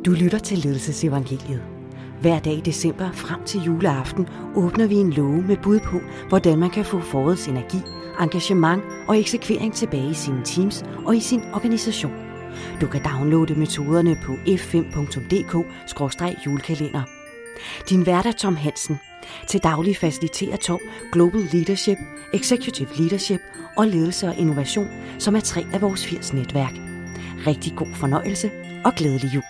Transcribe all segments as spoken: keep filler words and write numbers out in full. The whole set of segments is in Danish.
Du lytter til Ledelsesevangeliet. Hver dag i december frem til juleaften åbner vi en låge med bud på, hvordan man kan få forårets energi, engagement og eksekvering tilbage i sine teams og i sin organisation. Du kan downloade metoderne på f fem punktum d k skråstreg julekalender. Din vært er Tom Hansen. Til daglig faciliterer Tom Global Leadership, Executive Leadership og Ledelse og Innovation, som er tre af vores firs netværk. Rigtig god fornøjelse og glædelig jul.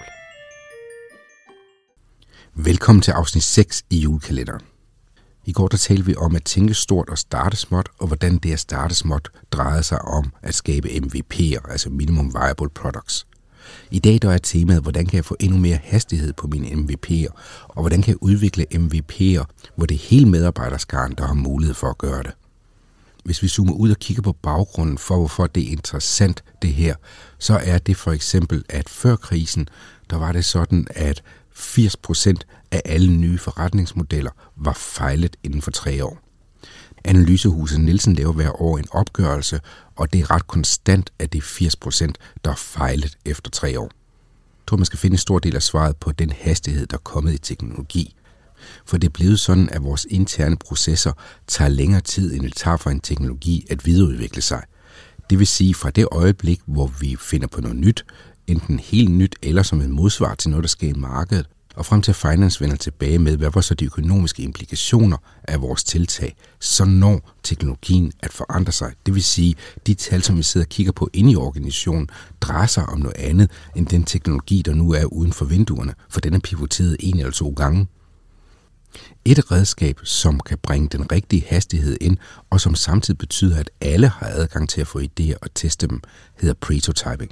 Velkommen til afsnit seks i julekalenderen. I går der talte vi om at tænke stort og starte småt, og hvordan det at starte småt drejede sig om at skabe M V P'er, altså Minimum Viable Products. I dag der er temaet, hvordan kan jeg få endnu mere hastighed på mine M V P'er, og hvordan kan jeg udvikle M V P'er, hvor det er hele medarbejderskaren, der har mulighed for at gøre det. Hvis vi zoomer ud og kigger på baggrunden for, hvorfor det er interessant det her, så er det for eksempel, at før krisen, der var det sådan, at firs procent af alle nye forretningsmodeller var fejlet inden for tre år. Analysehuset Nielsen laver hver år en opgørelse, og det er ret konstant, at det er firs procent, der er fejlet efter tre år. Jeg tror, man skal finde en stor del af svaret på den hastighed, der er kommet i teknologi. For det er blevet sådan, at vores interne processer tager længere tid, end det tager for en teknologi at videreudvikle sig. Det vil sige, fra det øjeblik, hvor vi finder på noget nyt, enten helt nyt eller som en modsvar til noget, der sker i markedet, og frem til at finance vender tilbage med, hvad var så de økonomiske implikationer af vores tiltag, så når teknologien at forandre sig. Det vil sige, de tal, som vi sidder og kigger på inde i organisationen, drejer sig om noget andet end den teknologi, der nu er uden for vinduerne, for den er pivoteret en eller to gange. Et redskab, som kan bringe den rigtige hastighed ind, og som samtidig betyder, at alle har adgang til at få idéer og teste dem, hedder prototyping.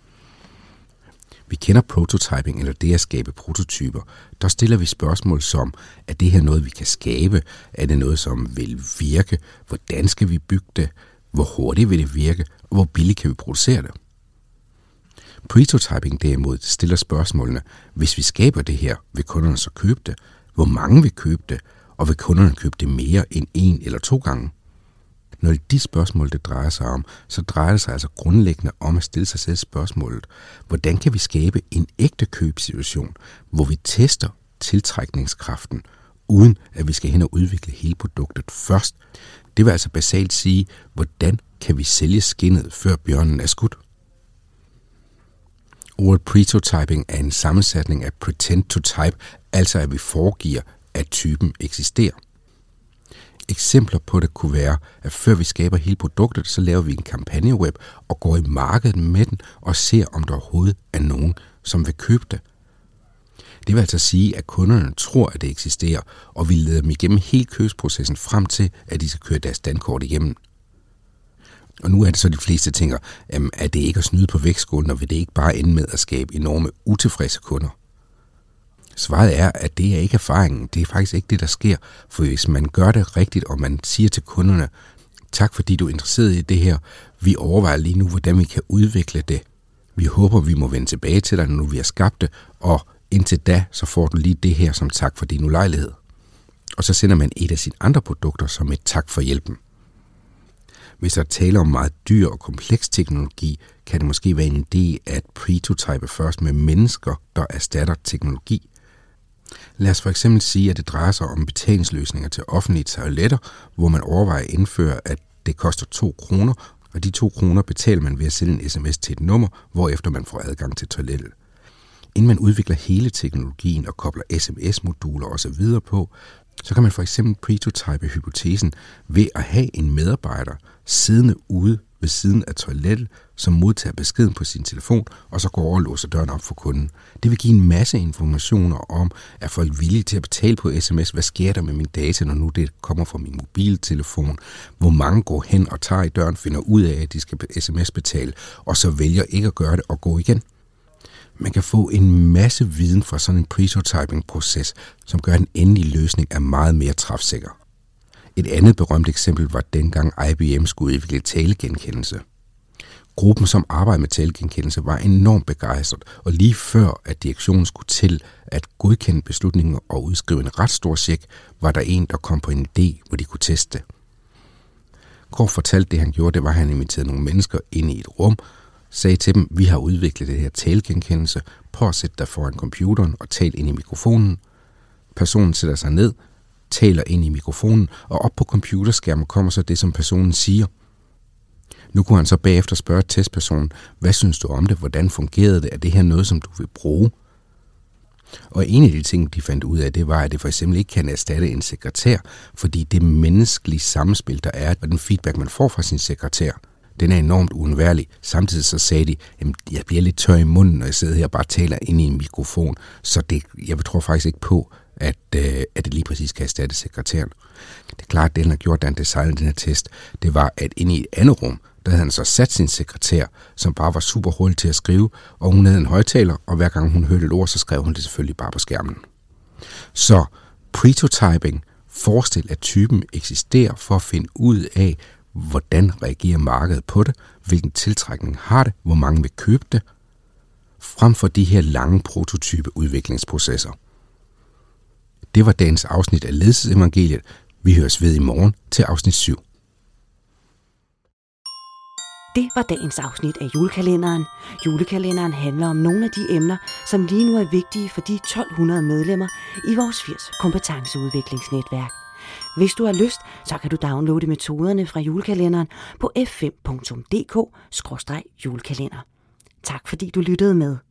Vi kender prototyping, eller det at skabe prototyper. Der stiller vi spørgsmål som, er det her noget, vi kan skabe? Er det noget, som vil virke? Hvordan skal vi bygge det? Hvor hurtigt vil det virke? Og hvor billigt kan vi producere det? Prototyping derimod stiller spørgsmålene, hvis vi skaber det her, vil kunderne så købe det? Hvor mange vil købe det? Og vil kunderne købe det mere end en eller to gange? Når de spørgsmål, det drejer sig om, så drejer det sig altså grundlæggende om at stille sig selv spørgsmålet, hvordan kan vi skabe en ægte købsituation, hvor vi tester tiltrækningskraften, uden at vi skal hen og udvikle hele produktet først. Det vil altså basalt sige, hvordan kan vi sælge skindet, før bjørnen er skudt? Ordet prototyping er en sammensætning af pretend to type, altså at vi foregiver, at typen eksisterer. Eksempler på det kunne være, at før vi skaber hele produktet, så laver vi en kampagneweb og går i markedet med den og ser, om der overhovedet er nogen, som vil købe det. Det vil altså sige, at kunderne tror, at det eksisterer, og vi leder dem igennem hele købsprocessen frem til, at de skal køre deres dankort igennem. Og nu er det så, de fleste tænker, at det ikke er at snyde på vægtskålen, og vil det ikke bare ende med at skabe enorme utilfredse kunder. Svaret er, at det er ikke erfaringen. Det er faktisk ikke det, der sker. For hvis man gør det rigtigt, og man siger til kunderne, tak fordi du er interesseret i det her, vi overvejer lige nu, hvordan vi kan udvikle det. Vi håber, vi må vende tilbage til dig, når vi har skabt det, og indtil da, så får du lige det her som tak for din ulejlighed. Og så sender man et af sine andre produkter som et tak for hjælpen. Hvis der taler om meget dyr og kompleks teknologi, kan det måske være en idé at prototype først med mennesker, der erstatter teknologi. Lad os for eksempel sige, at det drejer sig om betalingsløsninger til offentlige toiletter, hvor man overvejer at indføre, at det koster to kroner, og de to kroner betaler man ved at sende en sms til et nummer, hvorefter man får adgang til toilettet. Inden man udvikler hele teknologien og kobler sms-moduler osv. på, så kan man for eksempel prototype hypotesen ved at have en medarbejder siddende ude ved siden af toilettet, som modtager beskeden på sin telefon, og så går over og låser døren op for kunden. Det vil give en masse informationer om, er folk villige til at betale på sms, hvad sker der med min data, når nu det kommer fra min mobiltelefon, hvor mange går hen og tager i døren, finder ud af, at de skal sms-betale, og så vælger ikke at gøre det og gå igen. Man kan få en masse viden fra sådan en prototyping-proces, som gør, at den endelige løsning er meget mere træfsikker. Et andet berømt eksempel var dengang I B M skulle udvikle talegenkendelse. Gruppen, som arbejdede med talegenkendelse, var enormt begejstret, og lige før, at direktionen skulle til at godkende beslutningen og udskrive en ret stor check, var der en, der kom på en idé, hvor de kunne teste. Kort fortalt, det han gjorde, det var, at han inviterede nogle mennesker ind i et rum, sagde til dem, vi har udviklet det her talegenkendelse, prøv at sætte dig foran computeren og tal ind i mikrofonen. Personen sætter sig ned, taler ind i mikrofonen, og op på computerskærmen kommer så det, som personen siger. Nu kunne han så bagefter spørge testpersonen, hvad synes du om det, hvordan fungerede det, er det her noget, som du vil bruge? Og en af de ting, de fandt ud af, det var, at det for eksempel ikke kan erstatte en sekretær, fordi det menneskelige samspil, der er, og den feedback, man får fra sin sekretær, den er enormt uundværlig. Samtidig så sagde de, at jeg bliver lidt tør i munden, når jeg sidder her og bare taler ind i en mikrofon, så det, jeg tror faktisk ikke på, at, øh, at det lige præcis kan erstatte sekretæren. Det er klart, at det, han har gjort, da han designede den her test, det var, at inde i et andet rum, der havde han så sat sin sekretær, som bare var super hurtig til at skrive, og hun havde en højttaler, og hver gang hun hørte et ord, så skrev hun det selvfølgelig bare på skærmen. Så prototyping, forestil at typen eksisterer for at finde ud af, hvordan reagerer markedet på det, hvilken tiltrækning har det, hvor mange vil købe det, frem for de her lange prototype udviklingsprocesser. Det var dagens afsnit af Ledelsesevangeliet. Vi høres ved i morgen til afsnit syv. Det var dagens afsnit af julekalenderen. Julekalenderen handler om nogle af de emner, som lige nu er vigtige for de tolv hundrede medlemmer i vores firs kompetenceudviklingsnetværk. Hvis du har lyst, så kan du downloade metoderne fra julekalenderen på f fem punktum d k skråstreg julekalender. Tak fordi du lyttede med.